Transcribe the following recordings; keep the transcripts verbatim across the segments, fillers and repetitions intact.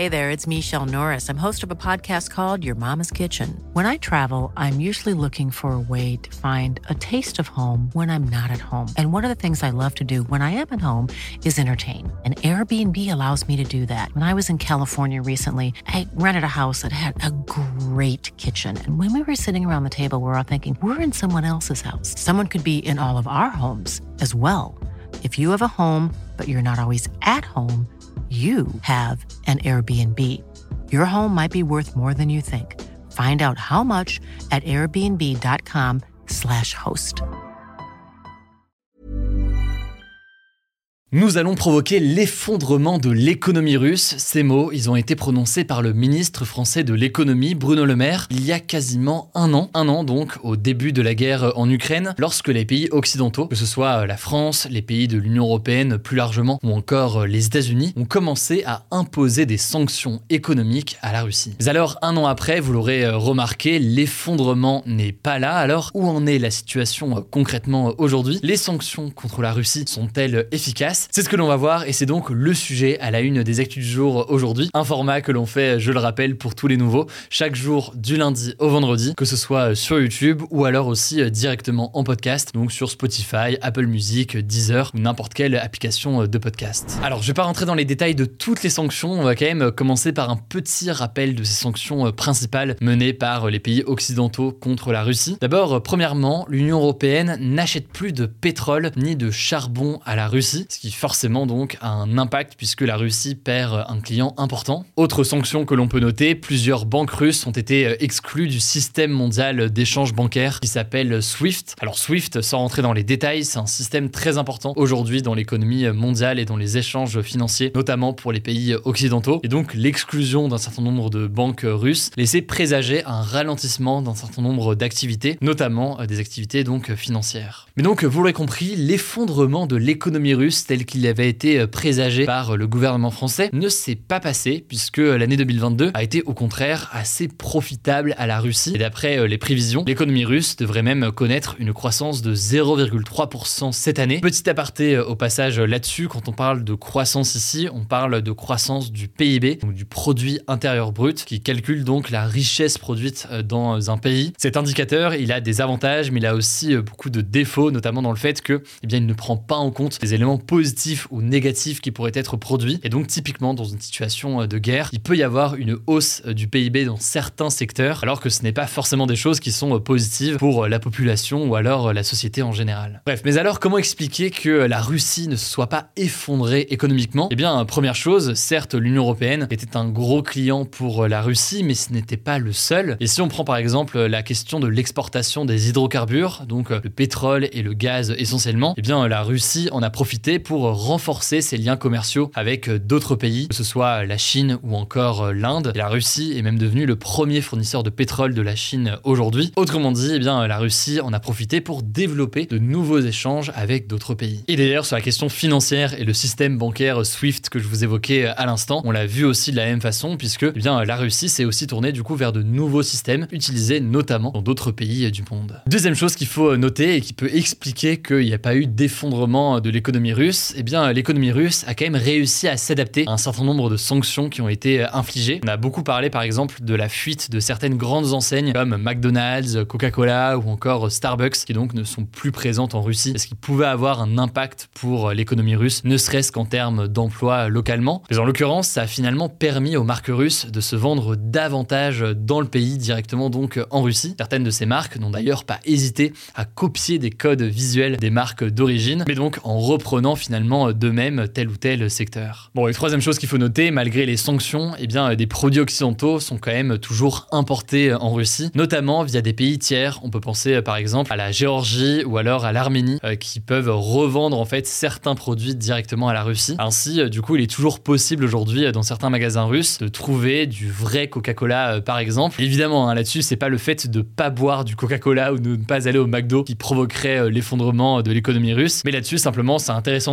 Hey there, it's Michelle Norris. I'm host of a podcast called Your Mama's Kitchen. When I travel, I'm usually looking for a way to find a taste of home when I'm not at home. And one of the things I love to do when I am at home is entertain. And Airbnb allows me to do that. When I was in California recently, I rented a house that had a great kitchen. And when we were sitting around the table, we were all thinking, we're in someone else's house. Someone could be in all of our homes as well. If you have a home, but you're not always at home, you have an Airbnb. Your home might be worth more than you think. Find out how much at airbnb.com slash host. Nous allons provoquer l'effondrement de l'économie russe. Ces mots, ils ont été prononcés par le ministre français de l'économie, Bruno Le Maire, il y a quasiment un an. Un an donc, au début de la guerre en Ukraine, lorsque les pays occidentaux, que ce soit la France, les pays de l'Union européenne plus largement, ou encore les États-Unis, ont commencé à imposer des sanctions économiques à la Russie. Mais alors, un an après, vous l'aurez remarqué, l'effondrement n'est pas là. Alors, où en est la situation concrètement aujourd'hui ? Les sanctions contre la Russie sont-elles efficaces ? C'est ce que l'on va voir et c'est donc le sujet à la une des actus du jour aujourd'hui. Un format que l'on fait, je le rappelle, pour tous les nouveaux, chaque jour du lundi au vendredi, que ce soit sur YouTube ou alors aussi directement en podcast, donc sur Spotify, Apple Music, Deezer ou n'importe quelle application de podcast. Alors, je vais pas rentrer dans les détails de toutes les sanctions, on va quand même commencer par un petit rappel de ces sanctions principales menées par les pays occidentaux contre la Russie. D'abord, premièrement, l'Union européenne n'achète plus de pétrole ni de charbon à la Russie, ce qui forcément donc a un impact puisque la Russie perd un client important. Autre sanction que l'on peut noter, plusieurs banques russes ont été exclues du système mondial d'échange bancaire qui s'appelle SWIFT. Alors SWIFT, sans rentrer dans les détails, c'est un système très important aujourd'hui dans l'économie mondiale et dans les échanges financiers, notamment pour les pays occidentaux. Et donc l'exclusion d'un certain nombre de banques russes laissait présager un ralentissement d'un certain nombre d'activités, notamment des activités donc financières. Mais donc, vous l'aurez compris, l'effondrement de l'économie russe tel qu'il avait été présagé par le gouvernement français ne s'est pas passé puisque l'année deux mille vingt-deux a été au contraire assez profitable à la Russie. Et d'après les prévisions, l'économie russe devrait même connaître une croissance de zéro virgule trois pour cent cette année. Petit aparté au passage là-dessus, quand on parle de croissance ici, on parle de croissance du P I B, donc du produit intérieur brut, qui calcule donc la richesse produite dans un pays. Cet indicateur, il a des avantages, mais il a aussi beaucoup de défauts, notamment dans le fait que, eh bien, il ne prend pas en compte les éléments positifs ou négatifs qui pourraient être produits. Et donc, typiquement, dans une situation de guerre, il peut y avoir une hausse du P I B dans certains secteurs, alors que ce n'est pas forcément des choses qui sont positives pour la population ou alors la société en général. Bref, mais alors, comment expliquer que la Russie ne se soit pas effondrée économiquement ? Eh bien, première chose, certes, l'Union européenne était un gros client pour la Russie, mais ce n'était pas le seul. Et si on prend par exemple la question de l'exportation des hydrocarbures, donc le pétrole et le gaz essentiellement, eh bien, la Russie en a profité pour renforcer ses liens commerciaux avec d'autres pays, que ce soit la Chine ou encore l'Inde. Et la Russie est même devenue le premier fournisseur de pétrole de la Chine aujourd'hui. Autrement dit, eh bien, la Russie en a profité pour développer de nouveaux échanges avec d'autres pays. Et d'ailleurs, sur la question financière et le système bancaire SWIFT que je vous évoquais à l'instant, on l'a vu aussi de la même façon, puisque eh bien, la Russie s'est aussi tournée du coup vers de nouveaux systèmes utilisés notamment dans d'autres pays du monde. Deuxième chose qu'il faut noter et qui peut expliquer qu'il n'y a pas eu d'effondrement de l'économie russe, eh bien, l'économie russe a quand même réussi à s'adapter à un certain nombre de sanctions qui ont été infligées. On a beaucoup parlé par exemple de la fuite de certaines grandes enseignes comme McDonald's, Coca-Cola ou encore Starbucks qui donc ne sont plus présentes en Russie, ce qui pouvait avoir un impact pour l'économie russe, ne serait-ce qu'en termes d'emploi localement. Mais en l'occurrence, ça a finalement permis aux marques russes de se vendre davantage dans le pays directement donc en Russie. Certaines de ces marques n'ont d'ailleurs pas hésité à copier des codes visuels des marques d'origine, mais donc en reprenant finalement d'eux-mêmes tel ou tel secteur. Bon, et troisième chose qu'il faut noter, malgré les sanctions, eh bien, des produits occidentaux sont quand même toujours importés en Russie, notamment via des pays tiers. On peut penser par exemple à la Géorgie ou alors à l'Arménie, euh, qui peuvent revendre en fait certains produits directement à la Russie. Ainsi, du coup, il est toujours possible aujourd'hui dans certains magasins russes de trouver du vrai Coca-Cola euh, par exemple. Évidemment, hein, là-dessus, c'est pas le fait de pas boire du Coca-Cola ou de ne pas aller au McDo qui provoquerait euh, l'effondrement de l'économie russe, mais là-dessus, simplement, c'est intéressant de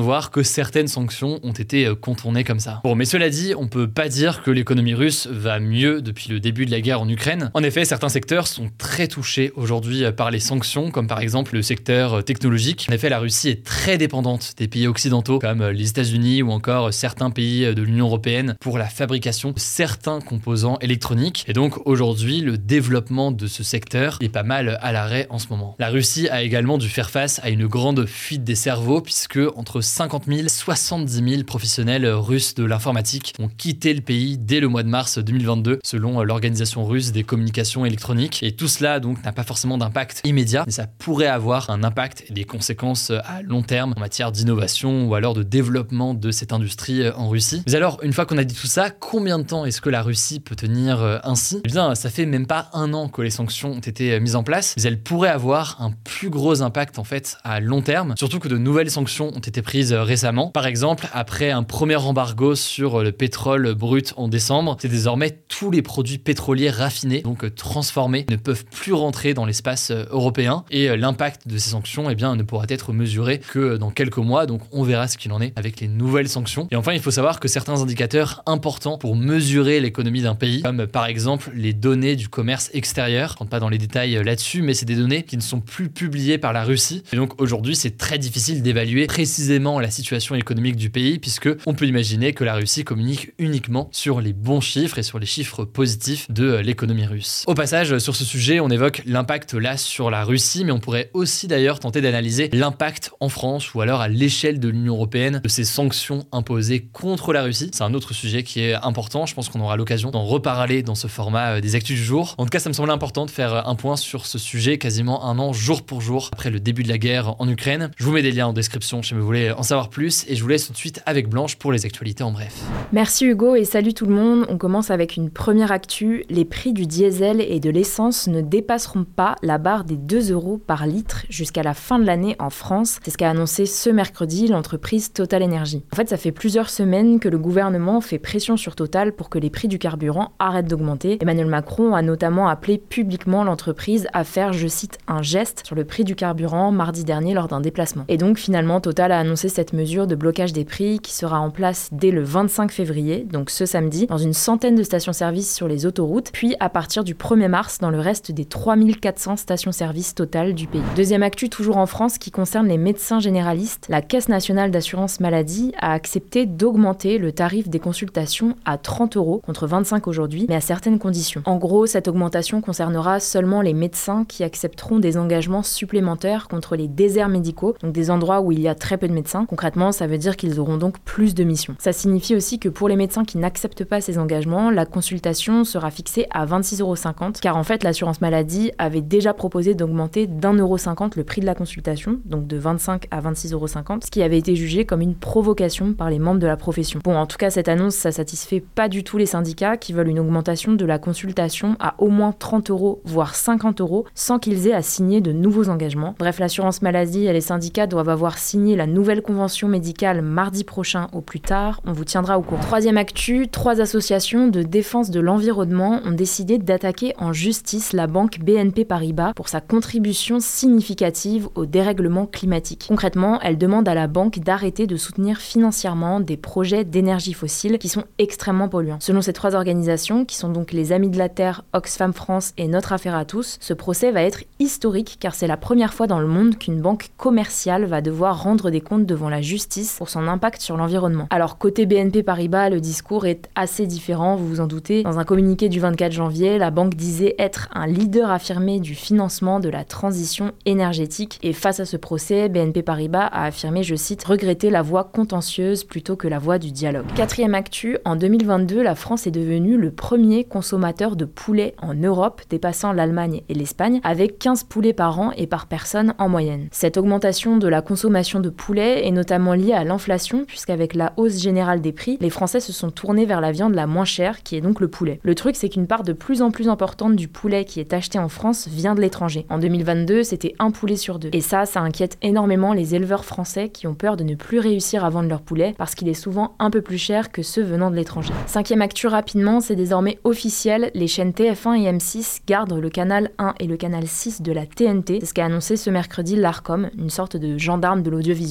de voir que certaines sanctions ont été contournées comme ça. Bon, mais cela dit, on peut pas dire que l'économie russe va mieux depuis le début de la guerre en Ukraine. En effet, certains secteurs sont très touchés aujourd'hui par les sanctions, comme par exemple le secteur technologique. En effet, la Russie est très dépendante des pays occidentaux, comme les États-Unis ou encore certains pays de l'Union européenne, pour la fabrication de certains composants électroniques. Et donc aujourd'hui, le développement de ce secteur est pas mal à l'arrêt en ce moment. La Russie a également dû faire face à une grande fuite des cerveaux, puisque entre cinquante mille et soixante-dix mille professionnels russes de l'informatique ont quitté le pays dès le mois de mars deux mille vingt-deux, selon l'Organisation russe des communications électroniques. Et tout cela donc n'a pas forcément d'impact immédiat, mais ça pourrait avoir un impact et des conséquences à long terme en matière d'innovation ou alors de développement de cette industrie en Russie. Mais alors, une fois qu'on a dit tout ça, combien de temps est-ce que la Russie peut tenir ainsi ? Eh bien, ça fait même pas un an que les sanctions ont été mises en place, mais elles pourraient avoir un plus gros impact en fait à long terme, surtout que de nouvelles sanctions ont été prises récemment. Par exemple, après un premier embargo sur le pétrole brut en décembre, c'est désormais tous les produits pétroliers raffinés, donc transformés, ne peuvent plus rentrer dans l'espace européen, et l'impact de ces sanctions eh bien, ne pourra être mesuré que dans quelques mois, donc on verra ce qu'il en est avec les nouvelles sanctions. Et enfin, il faut savoir que certains indicateurs importants pour mesurer l'économie d'un pays, comme par exemple les données du commerce extérieur, je ne rentre pas dans les détails là-dessus, mais c'est des données qui ne sont plus publiées par la Russie, et donc aujourd'hui c'est très difficile d'évaluer précisément la situation économique du pays, puisque on peut imaginer que la Russie communique uniquement sur les bons chiffres et sur les chiffres positifs de l'économie russe. Au passage, sur ce sujet, on évoque l'impact là sur la Russie, mais on pourrait aussi d'ailleurs tenter d'analyser l'impact en France ou alors à l'échelle de l'Union européenne de ces sanctions imposées contre la Russie. C'est un autre sujet qui est important, je pense qu'on aura l'occasion d'en reparler dans ce format des Actus du jour. En tout cas, ça me semblait important de faire un point sur ce sujet quasiment un an jour pour jour après le début de la guerre en Ukraine. Je vous mets des liens en description si vous voulez en savoir plus, et je vous laisse tout de suite avec Blanche pour les actualités en bref. Merci Hugo et salut tout le monde. On commence avec une première actu. Les prix du diesel et de l'essence ne dépasseront pas la barre des deux euros par litre jusqu'à la fin de l'année en France. C'est ce qu'a annoncé ce mercredi l'entreprise Total Energy. En fait, ça fait plusieurs semaines que le gouvernement fait pression sur Total pour que les prix du carburant arrêtent d'augmenter. Emmanuel Macron a notamment appelé publiquement l'entreprise à faire, je cite, un geste sur le prix du carburant mardi dernier lors d'un déplacement. Et donc finalement, Total a annoncé cette mesure de blocage des prix qui sera en place dès le vingt-cinq février, donc ce samedi, dans une centaine de stations-service sur les autoroutes, puis à partir du premier mars dans le reste des trois mille quatre cents stations-service totales du pays. Deuxième actu, toujours en France, qui concerne les médecins généralistes. La Caisse nationale d'assurance maladie a accepté d'augmenter le tarif des consultations à trente euros contre vingt-cinq aujourd'hui, mais à certaines conditions. En gros, cette augmentation concernera seulement les médecins qui accepteront des engagements supplémentaires contre les déserts médicaux, donc des endroits où il y a très peu de médecins. Concrètement, ça veut dire qu'ils auront donc plus de missions. Ça signifie aussi que pour les médecins qui n'acceptent pas ces engagements, la consultation sera fixée à vingt-six euros cinquante, car en fait, l'assurance maladie avait déjà proposé d'augmenter d'un euro cinquante le prix de la consultation, donc de vingt-cinq à vingt-six euros cinquante, ce qui avait été jugé comme une provocation par les membres de la profession. Bon, en tout cas, cette annonce, ça satisfait pas du tout les syndicats qui veulent une augmentation de la consultation à au moins trente euros, voire cinquante euros, sans qu'ils aient à signer de nouveaux engagements. Bref, l'assurance maladie et les syndicats doivent avoir signé la nouvelle convention médicale mardi prochain au plus tard. On vous tiendra au courant. Troisième actu, trois associations de défense de l'environnement ont décidé d'attaquer en justice la banque B N P Paribas pour sa contribution significative au dérèglement climatique. Concrètement, elles demandent à la banque d'arrêter de soutenir financièrement des projets d'énergie fossile qui sont extrêmement polluants. Selon ces trois organisations, qui sont donc les Amis de la Terre, Oxfam France et Notre Affaire à tous, ce procès va être historique car c'est la première fois dans le monde qu'une banque commerciale va devoir rendre des comptes devant la justice pour son impact sur l'environnement. Alors côté B N P Paribas, le discours est assez différent, vous vous en doutez. Dans un communiqué du vingt-quatre janvier, la banque disait être un leader affirmé du financement de la transition énergétique, et face à ce procès, B N P Paribas a affirmé, je cite, regretter la voie contentieuse plutôt que la voie du dialogue. Quatrième actu, en deux mille vingt-deux, la France est devenue le premier consommateur de poulet en Europe, dépassant l'Allemagne et l'Espagne, avec quinze poulets par an et par personne en moyenne. Cette augmentation de la consommation de poulet est notamment liée à l'inflation, puisqu'avec la hausse générale des prix, les Français se sont tournés vers la viande la moins chère, qui est donc le poulet. Le truc, c'est qu'une part de plus en plus importante du poulet qui est acheté en France vient de l'étranger. En deux mille vingt-deux, c'était un poulet sur deux. Et ça, ça inquiète énormément les éleveurs français qui ont peur de ne plus réussir à vendre leur poulet parce qu'il est souvent un peu plus cher que ceux venant de l'étranger. Cinquième actu rapidement, c'est désormais officiel, les chaînes T F un et M six gardent le canal un et le canal six de la T N T. C'est ce qu'a annoncé ce mercredi l'Arcom, une sorte de gendarme de l'audiovisuel. Pour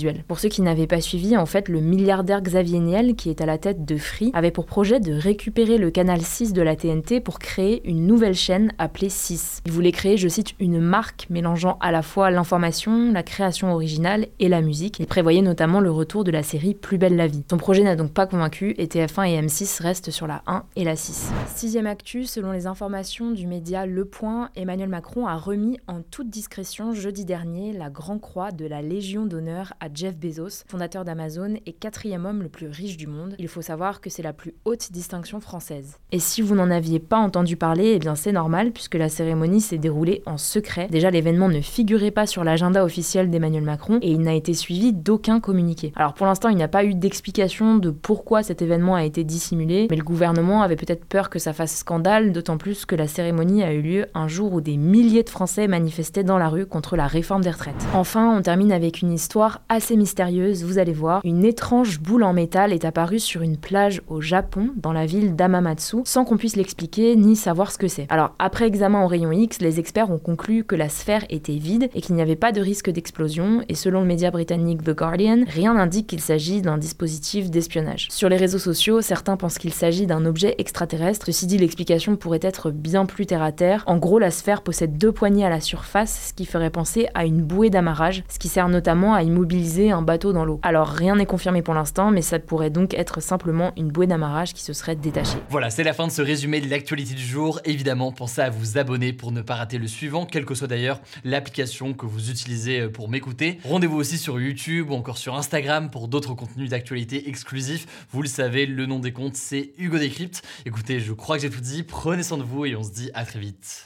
ceux qui n'avaient pas suivi, en fait, le milliardaire Xavier Niel, qui est à la tête de Free, avait pour projet de récupérer le canal six de la T N T pour créer une nouvelle chaîne appelée six. Il voulait créer, je cite, une marque mélangeant à la fois l'information, la création originale et la musique. Il prévoyait notamment le retour de la série Plus belle la vie. Son projet n'a donc pas convaincu et T F un et M six restent sur la un et la six. Sixième actu, selon les informations du média Le Point, Emmanuel Macron a remis en toute discrétion jeudi dernier la Grand Croix de la Légion d'honneur à Jeff Bezos, fondateur d'Amazon et quatrième homme le plus riche du monde. Il faut savoir que c'est la plus haute distinction française. Et si vous n'en aviez pas entendu parler, eh bien c'est normal puisque la cérémonie s'est déroulée en secret. Déjà, l'événement ne figurait pas sur l'agenda officiel d'Emmanuel Macron et il n'a été suivi d'aucun communiqué. Alors pour l'instant, il n'y a pas eu d'explication de pourquoi cet événement a été dissimulé, mais le gouvernement avait peut-être peur que ça fasse scandale, d'autant plus que la cérémonie a eu lieu un jour où des milliers de Français manifestaient dans la rue contre la réforme des retraites. Enfin, on termine avec une histoire assez mystérieuse, vous allez voir. Une étrange boule en métal est apparue sur une plage au Japon, dans la ville d'Hamamatsu, sans qu'on puisse l'expliquer ni savoir ce que c'est. Alors, après examen au rayon X, les experts ont conclu que la sphère était vide et qu'il n'y avait pas de risque d'explosion, et selon le média britannique The Guardian, rien n'indique qu'il s'agit d'un dispositif d'espionnage. Sur les réseaux sociaux, certains pensent qu'il s'agit d'un objet extraterrestre. Ceci dit, l'explication pourrait être bien plus terre à terre. En gros, la sphère possède deux poignées à la surface, ce qui ferait penser à une bouée d'amarrage, ce qui sert notamment à immobiliser un bateau dans l'eau. Alors, rien n'est confirmé pour l'instant, mais ça pourrait donc être simplement une bouée d'amarrage qui se serait détachée. Voilà, c'est la fin de ce résumé de l'actualité du jour. Évidemment, pensez à vous abonner pour ne pas rater le suivant, quelle que soit d'ailleurs l'application que vous utilisez pour m'écouter. Rendez-vous aussi sur YouTube ou encore sur Instagram pour d'autres contenus d'actualité exclusifs. Vous le savez, le nom des comptes, c'est Hugo Décrypte. Écoutez, je crois que j'ai tout dit. Prenez soin de vous et on se dit à très vite.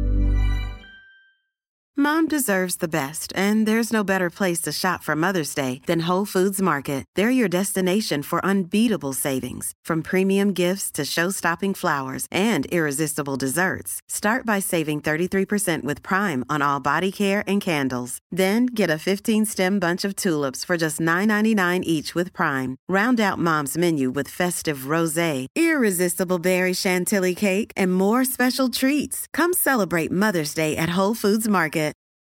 Mom deserves the best, and there's no better place to shop for Mother's Day than Whole Foods Market. They're your destination for unbeatable savings, from premium gifts to show-stopping flowers and irresistible desserts. Start by saving thirty-three percent with Prime on all body care and candles. Then get a fifteen-stem bunch of tulips for just nine ninety-nine each with Prime. Round out Mom's menu with festive rosé, irresistible berry chantilly cake, and more special treats. Come celebrate Mother's Day at Whole Foods Market.